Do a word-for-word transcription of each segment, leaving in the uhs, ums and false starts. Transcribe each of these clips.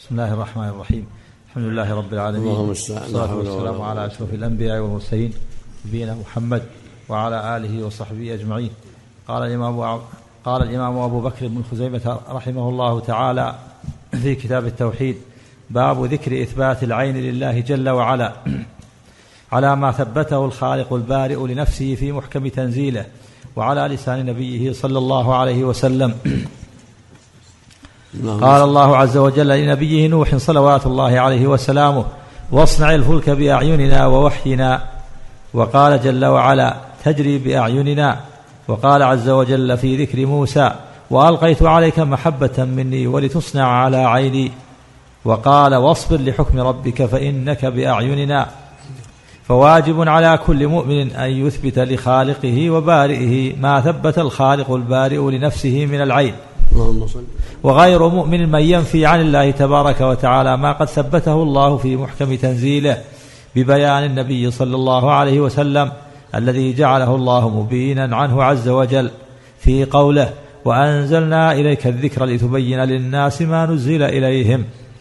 بسم الله الرحمن الرحيم. الحمد لله رب العالمين، والصلاة والسلام على أشرف الأنبياء والمرسلين نبينا محمد وعلى آله وصحبه أجمعين. قال الإمام قال الإمام أبو بكر بن خزيمة رحمه الله تعالى في كتاب التوحيد: باب ذكر إثبات العين لله جل وعلا على ما ثبته الخالق البارئ لنفسه في محكم تنزيله وعلى لسان نبيه صلى الله عليه وسلم. قال الله عز وجل لنبيه نوح صلوات الله عليه وسلامه: واصنع الفلك بأعيننا ووحينا. وقال جل وعلا: تجري بأعيننا. وقال عز وجل في ذكر موسى: وألقيت عليك محبة مني ولتصنع على عيني. وقال: واصبر لحكم ربك فإنك بأعيننا. فواجب على كل مؤمن أن يثبت لخالقه وبارئه ما ثبت الخالق البارئ لنفسه من العين، وغير مؤمن من ينفي عن الله تبارك وتعالى ما قد ثبته الله في محكم تنزيله ببيان النبي صلى الله عليه وسلم الذي جعله الله مبينا عنه عز وجل في قوله: وأنزلنا إليك الذكر لتبين للناس ما نزل إليهم.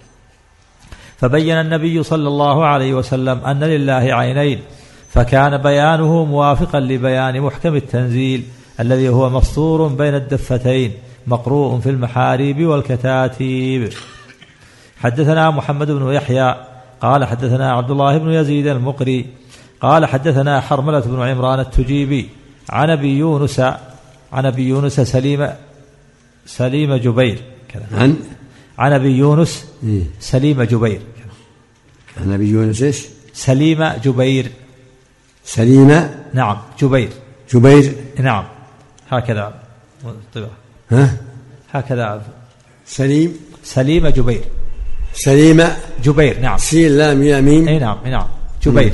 فبين النبي صلى الله عليه وسلم أن لله عينين، فكان بيانه موافقا لبيان محكم التنزيل الذي هو مسطور بين الدفتين مقروء في المحاريب والكتاتيب. حدثنا محمد بن يحيى قال حدثنا عبد الله بن يزيد المقري قال حدثنا حرملة بن عمران التجيبي عن أبي يونس عن أبي يونس سليم سليم جبير عن عن أبي يونس سليم جبير عن أبي يونس إيش؟ سليم جبير سليم نعم جبير جبير نعم هكذا طبعا ها هكذا سليم سليم جبير سليم جبير نعم سين لام يا ميم اي نعم نعم جبير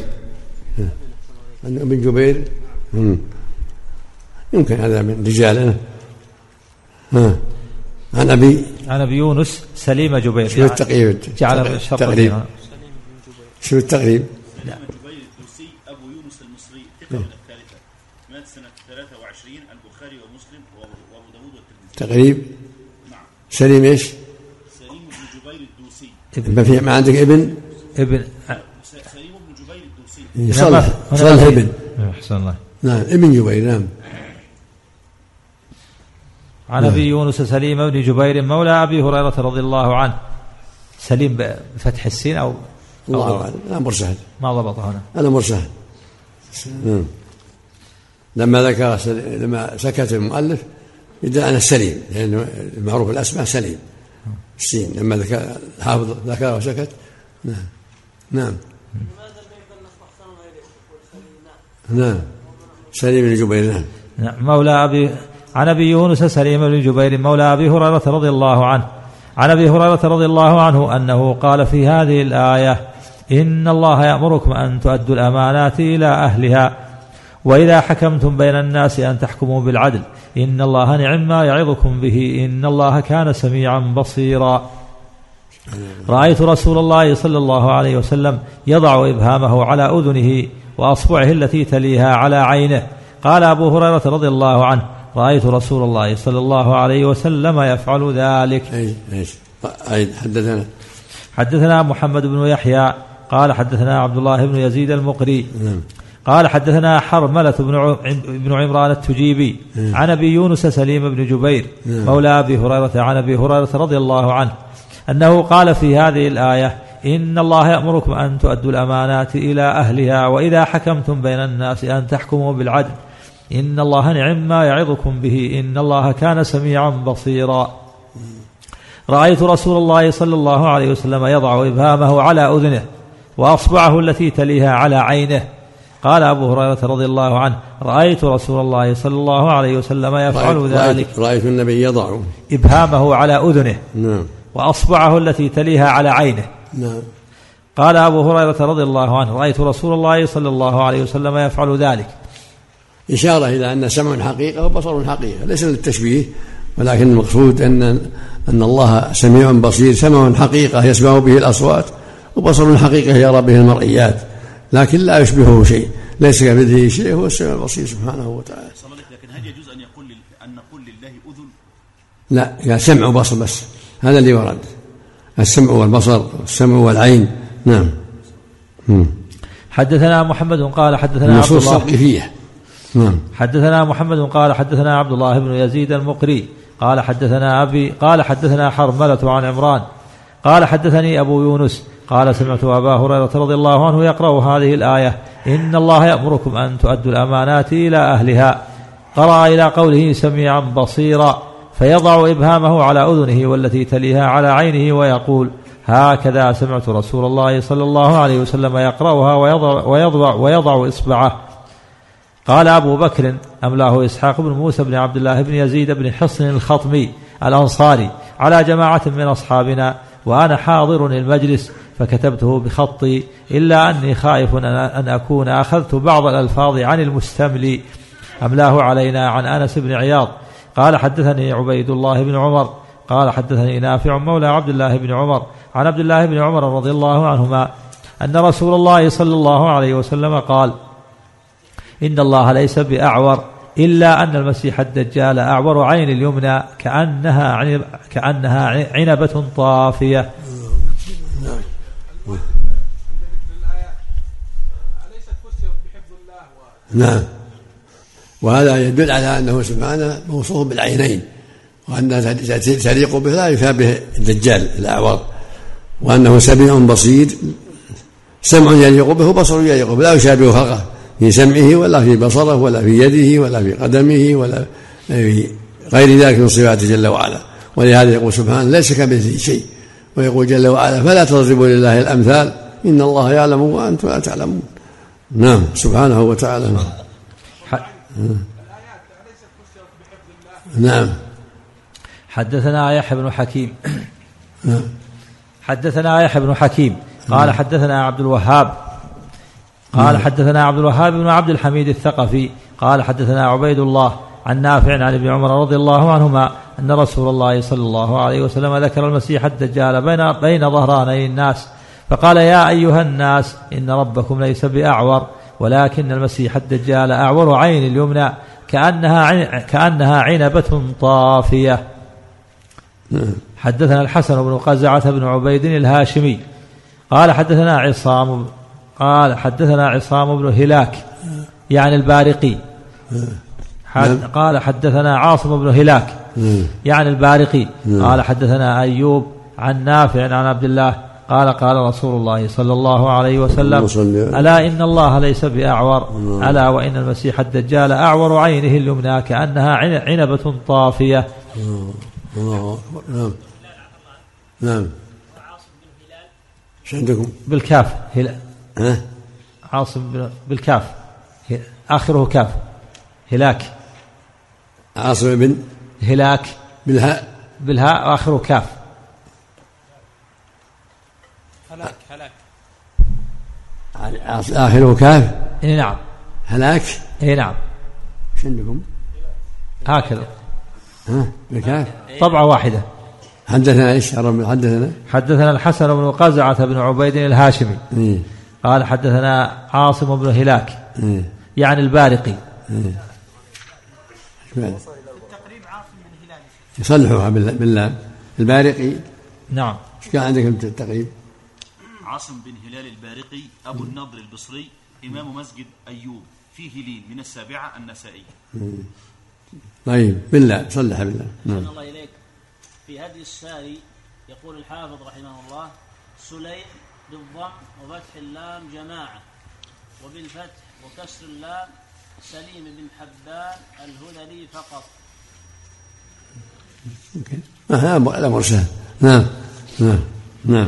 عن ابن جبير مم. يمكن هذا من رجالنا. ها عن أبي عن أبي يونس سليم جبير شو التقريب؟ جعل الشرط التقريب شو التقريب؟ لا جبير الدوسي أبو يونس المصري ثقة من الثالثة مات سنة ثلاثة وعشرين البخاري ومسلم وأبو داود والترمذي. تقريب نعم. سليم إيش؟ سليم بن جبير الدوسي. ما في ما عندك ابن؟ ابن سليم بن جبير الدوسي. صلح صلح ابن. أحسن الله. نعم ابن جبير نعم. عن أبي يونس سليم بن جبير مولى أبي هريرة رضي الله عنه. سليم بفتح السين أو الله أعلم. لا مرسل ما ضبطه هنا. هذا مرسل. لما ذكر لما سكت المؤلف يدل على السليم لأنه المعروف الأسماء سليم السين. لما ذكر حافظ ذكر وسكت. نعم نعم نعم سليم بن جبير نعم مولى أبي عن أبي يونس سليم بن جبير مولى أبي هريرة رضي الله عنه عن أبي هريرة رضي الله عنه أنه قال في هذه الآية: إن الله يأمركم أن تؤدوا الأمانات إلى أهلها وإذا حكمتم بين الناس أن تحكموا بالعدل إن الله نعم ما يعظكم به إن الله كان سميعا بصيرا. رأيت رسول الله صلى الله عليه وسلم يضع إبهامه على أذنه وأصبعه التي تليها على عينه. قال أبو هريرة رضي الله عنه: رأيت رسول الله صلى الله عليه وسلم يفعل ذلك. أي إيش حدثنا حدثنا محمد بن يحيى قال حدثنا عبد الله بن يزيد المقري قال حدثنا حرملة بن عمران التجيبي عن أبي يونس سليم بن جبير مولى أبي هريرة عن أبي هريرة رضي الله عنه أنه قال في هذه الآية: إن الله يأمركم أن تؤدوا الأمانات إلى أهلها وإذا حكمتم بين الناس أن تحكموا بالعدل إن الله نعم ما يعظكم به إن الله كان سميعا بصيرا. رأيت رسول الله صلى الله عليه وسلم يضع إبهامه على أذنه وأصبعه التي تليها على عينه. قال أبو هريرة رضي الله عنه: رأيت رسول الله صلى الله عليه وسلم يفعل رأيت ذلك. رأيت النبي يضع إبهامه على أذنه نعم وأصبعه التي تليها على عينه. نعم. قال أبو هريرة رضي الله عنه: رأيت رسول الله صلى الله عليه وسلم يفعل ذلك. إشارة إلى أن سمع حقيقة وبصر حقيقة ليس للتشبيه ولكن المقصود أن أن الله سميع بصير. سمع حقيقة يسمع به الأصوات وبصر حقيقة يرى به المرئيات لكن لا يشبهه شيء ليس كمثله شيء هو السميع البصير سبحانه وتعالى. لكن هل يجوز أن يقول أن نقول لله أذن؟ لا يعني سمع وبصر بس هذا اللي ورد. السمع والبصر والسمع والعين. نعم. حدثنا محمد قال حدثنا عبد الله توقيفية. نعم. حدثنا محمد قال حدثنا عبد الله بن يزيد المقري قال حدثنا أبي قال حدثنا حرملة عن عمران قال حدثني أبو يونس قال سمعت أبا هريرة رضي الله عنه يقرأ هذه الآية إن الله يأمركم أن تؤدوا الأمانات إلى أهلها. قرأ إلى قوله سميعا بصيرا فيضع إبهامه على أذنه والتي تليها على عينه ويقول هكذا سمعت رسول الله صلى الله عليه وسلم يقرأها ويضع, ويضع, ويضع إصبعه. قال أبو بكر أملاه إسحاق بن موسى بن عبد الله بن يزيد بن حصن الخطمي الأنصاري على جماعة من أصحابنا وأنا حاضر المجلس فكتبته بخطي إلا أني خائف أن أكون أخذت بعض الألفاظ عن المستملي. أملاه علينا عن أنس بن عياض قال حدثني عبيد الله بن عمر قال حدثني نافع مولى عبد الله بن عمر عن عبد الله بن عمر رضي الله عنهما أن رسول الله صلى الله عليه وسلم قال إن الله ليس بأعور إلا أن المسيح الدجال أعور عين اليمنى كأنها عنب كأنها عنبة طافية. نعم. وهذا يدل على أنه سبحانه موصوف بالعينين وأنها تليق به لا يشابه الدجال الأعور وأنه سميع بصير سمع يليق به وبصر يليق به لا يشابه خلقه في سمعه ولا في بصره ولا في يده ولا في قدمه ولا في غير ذلك من صفاته جل وعلا. ولهذا يقول سبحانه ليس كمثله شيء ويقول جل وعلا فلا تضربوا لله الأمثال إن الله يعلم وأنتم لا تعلمون. نعم سبحانه وتعالى. نعم. حدثنا يحيى بن حكيم حدثنا يحيى بن حكيم قال حدثنا عبد الوهاب قال حدثنا عبد الوهاب بن عبد الحميد الثقفي قال حدثنا عبيد الله عن نافع عن ابن عمر رضي الله عنهما أن رسول الله صلى الله عليه وسلم ذكر المسيح الدجال بين بين ظهراني الناس فقال يا أيها الناس إن ربكم ليس بأعور ولكن المسيح الدجال أعور عين اليمنى كأنها كأنها عنبة طافية. حدثنا الحسن بن قزعة بن عبيد الهاشمي قال حدثنا عصام قال حدثنا عصام بن هلاك يعني البارقي حد قال حدثنا عاصم بن هلاك يعني البارقي قال حدثنا أيوب عن نافع عن عبد الله قال قال رسول الله صلى الله عليه وسلم ألا إن الله ليس بأعور ألا وإن المسيح الدجال أعور عينه اليمنى كأنها عنبة طافية. نعم نعم. ايش عندكم بالكاف هلا ها عاصم بالكاف آخره كاف هلاك عاصم بن هلاك بالهاء بالهاء آخره كاف هلاك هلاك آخره كاف. إيه نعم. هلاك. إيه نعم. ايش عندكم هكذا ها بالكاف طبعة واحدة. حدثنا ايش حدثنا حدثنا الحسن بن قزعة بن عبيد الهاشمي إيه؟ قال حدثنا عاصم بن هلاك إيه؟ يعني البارقي. إيه؟ التقريب عاصم بن هلال يصلحوها بالله البارقي. نعم. ايش كان عندكم التقريب؟ عاصم بن هلال البارقي أبو النضر البصري إمام مسجد أيوب فيه لين من السابعة النسائي. طيب بالله صلح بالله. نعم. الله إليك في هدي الساري يقول الحافظ رحمه الله سليم بالضم وفتح اللام جماعة وبالفتح وكسر اللام سليم بن حبان الهذلي فقط. هذا الأمر سهل. نعم نعم نعم.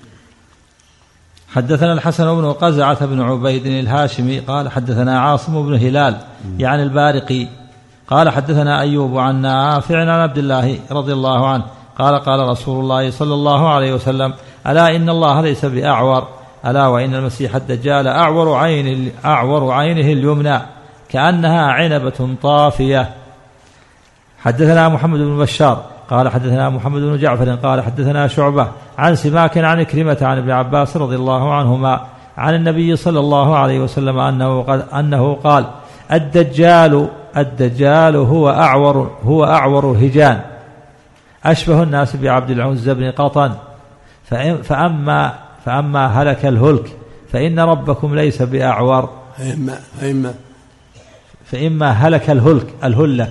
حدثنا الحسن بن قزعة بن عبيد الهاشمي قال حدثنا عاصم بن هلال يعني البارقي قال حدثنا أيوب عن نافع عن عبد الله رضي الله عنه قال قال رسول الله صلى الله عليه وسلم ألا إن الله ليس بأعور ألا وإن المسيح الدجال أعور عين أعور عينه اليمنى كأنها عنبة طافية. حدثنا محمد بن بشار قال حدثنا محمد بن جعفر قال حدثنا شعبة عن سماك عن كريمة عن ابن عباس رضي الله عنهما عن النبي صلى الله عليه وسلم أنه, أنه قال الدجال الدجال هو أعور هو أعور الهجان أشبه الناس بعبد العزى بن قطن فأما, فأما هلك الهلك فإن ربكم ليس بأعور. فإما, فإما, فإما هلك الهلك الهلك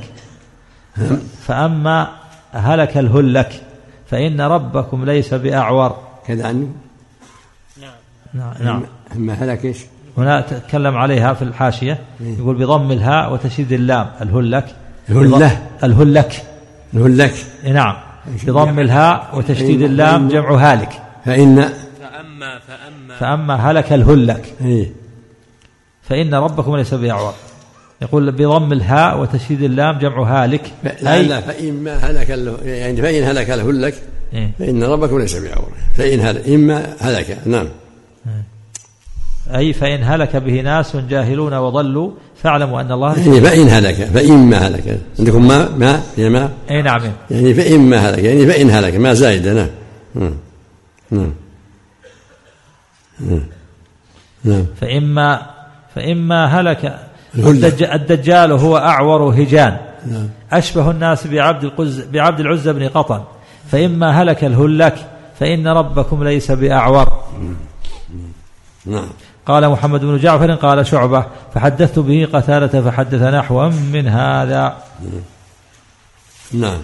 فأما هلك الهلك فإن ربكم ليس بأعور. كذا عنه. نعم نعم. أما هلك إيش؟ هنا تكلم عليها في الحاشية يقول بضم الهاء وتشديد اللام الهلك. الهلة الهلك الهلك نعم بضم الهاء وتشديد اللام جمع هالك. فإن فأما فأما فأما هلك الهلك إيه؟ فإن ربكم ليس بأعور. يقول بضم الهاء وتشديد اللام جمع هالك. لا لا فإما هلك يعني فإن هلك الهلك إيه؟ فإن ربكم ليس بأعور. فإن هلك إما هلك. نعم. أي فإن هلك به ناس جاهلون وضلوا فاعلموا أن الله يعني فإن هلك فإما هلك عندكم ما ما يا ما أي نعم يعني فإما هلك يعني فإن هلك ما زايدة. نعم نعم نعم. فإما فإما هلك الهلة. الدجال هو أعور هجان نعم. أشبه الناس بعبد القز بعبد العزى بن قطن. فإما هلك الهلك فإن ربكم ليس بأعور. نعم. قال محمد بن جعفر قال شعبة فحدثت به قتادة فحدث نحوا من هذا. نعم.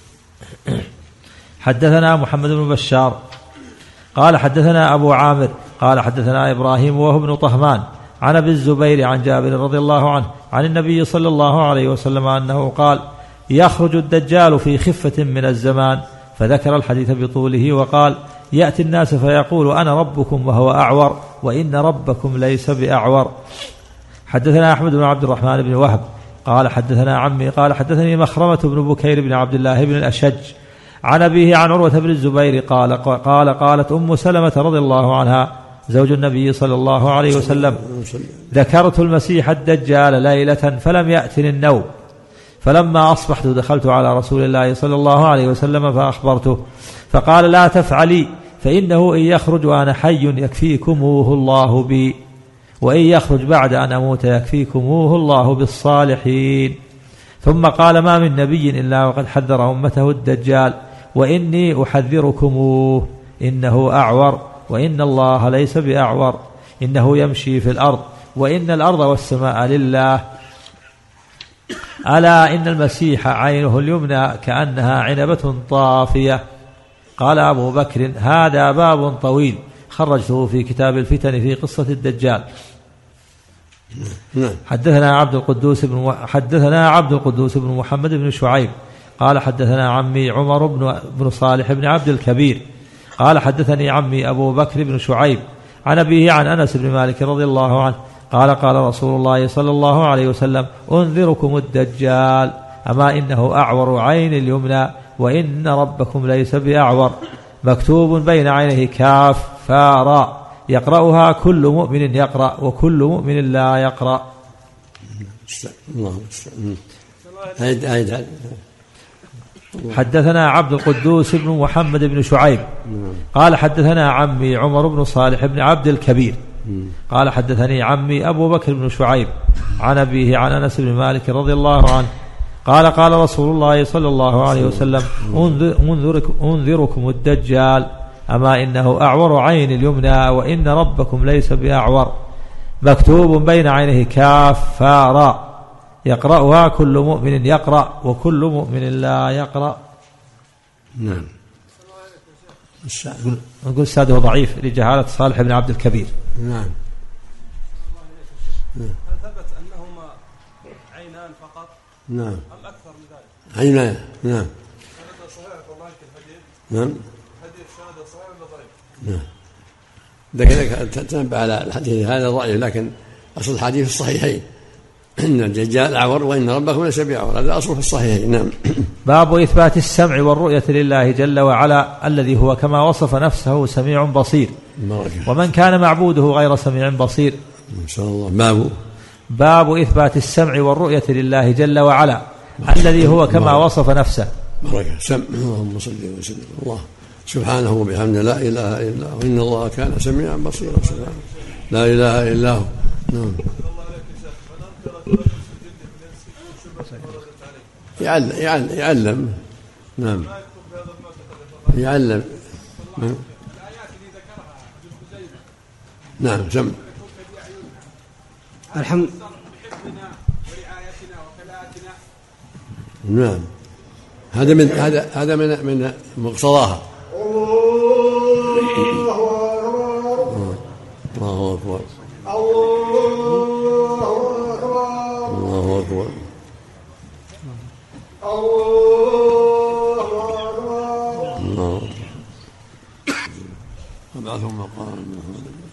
حدثنا محمد بن بشار قال حدثنا أبو عامر قال حدثنا إبراهيم وهو ابن طهمان عن أبي الزبير عن جابر رضي الله عنه عن النبي صلى الله عليه وسلم أنه قال يخرج الدجال في خفة من الزمان فذكر الحديث بطوله وقال يأتي الناس فيقول أنا ربكم وهو أعور وإن ربكم ليس بأعور. حدثنا أحمد بن عبد الرحمن بن وهب قال حدثنا عمي قال حدثني مخرمة بن بكير بن عبد الله بن الأشج عن أبيه عن عروة بن الزبير قال قال قالت أم سلمة رضي الله عنها زوج النبي صلى الله عليه وسلم ذكرت المسيح الدجال ليلة فلم يأتني النوم فلما أصبحت دخلت على رسول الله صلى الله عليه وسلم فأخبرته فقال لا تفعلي فإنه إن يخرج وأنا حي يكفيكموه الله بي وإن يخرج بعد أن أموت يكفيكموه الله بالصالحين. ثم قال ما من نبي إلا وقد حذر أمته الدجال وإني أحذركموه إنه أعور وإن الله ليس بأعور إنه يمشي في الأرض وإن الأرض والسماء لله ألا إن المسيح عينه اليمنى كأنها عنبة طافية. قال أبو بكر هذا باب طويل خرجته في كتاب الفتن في قصة الدجال. حدثنا عبد القدوس بن حدثنا عبد القدوس بن محمد بن شعيب قال حدثنا عمي عمر بن بن صالح بن عبد الكبير قال حدثني عمي أبو بكر بن شعيب عن أبيه عن أنس بن مالك رضي الله عنه قال قال رسول الله صلى الله عليه وسلم أنذركم الدجال أما إنه أعور عين اليمنى وإن ربكم ليس بأعور مكتوب بين عينيه كاف فاراء يقرأها كل مؤمن يقرأ وكل مؤمن لا يقرأ. الله عيد عيد. حدثنا عبد القدوس بن محمد بن شعيب قال حدثنا عمي عمر بن صالح بن عبد الكبير قال حدثني عمي أبو بكر بن شعيب عن أبيه عن أنس بن مالك رضي الله عنه قال قال رسول الله صلى الله عليه وسلم أنذركم, أنذركم الدجال أما إنه أعور عين اليمنى وإن ربكم ليس بأعور مكتوب بين عينه كاف فاراء يقرأها كل مؤمن يقرأ وكل مؤمن لا يقرأ. نعم. نقول السادة ضعيف لجهالة صالح بن عبد الكبير. نعم. هل ثبت أنهما عينان فقط؟ نعم. أم أكثر من ذلك؟ عينان. نعم. هذا صحيح والله الحديث. نعم. الحديث شهادة صحيح ولا ضعيف؟ نعم. ذلك تنبه على الحديث هذا ضعيف لكن أصل الحديث الصحيحين إن الدجال أعور وإن ربكم ليس بأعور هذا أصل في الصحيحين. نعم. باب إثبات السمع والرؤية لله جل وعلا الذي هو كما وصف نفسه سميع بصير مرحبا. ومن كان معبوده غير سميع بصير. إن شاء الله. باب باب إثبات السمع والرؤية لله جل وعلا الذي هو كما مرحبا. وصف نفسه. بركة سمع. اللهم صل وسلم الله سبحانه وبحمده لا إله إلا هو إن الله كان سميعا بصيرا سبحانه لا إله إلا هو. نعم. يعلم يعلم, يعلم. نعم يعلم. نعم سم. الحمد نعم هذا من هذا هذا من من مقتضاها. الله أكبر الله أكبر الله أكبر. ابعثهم مقام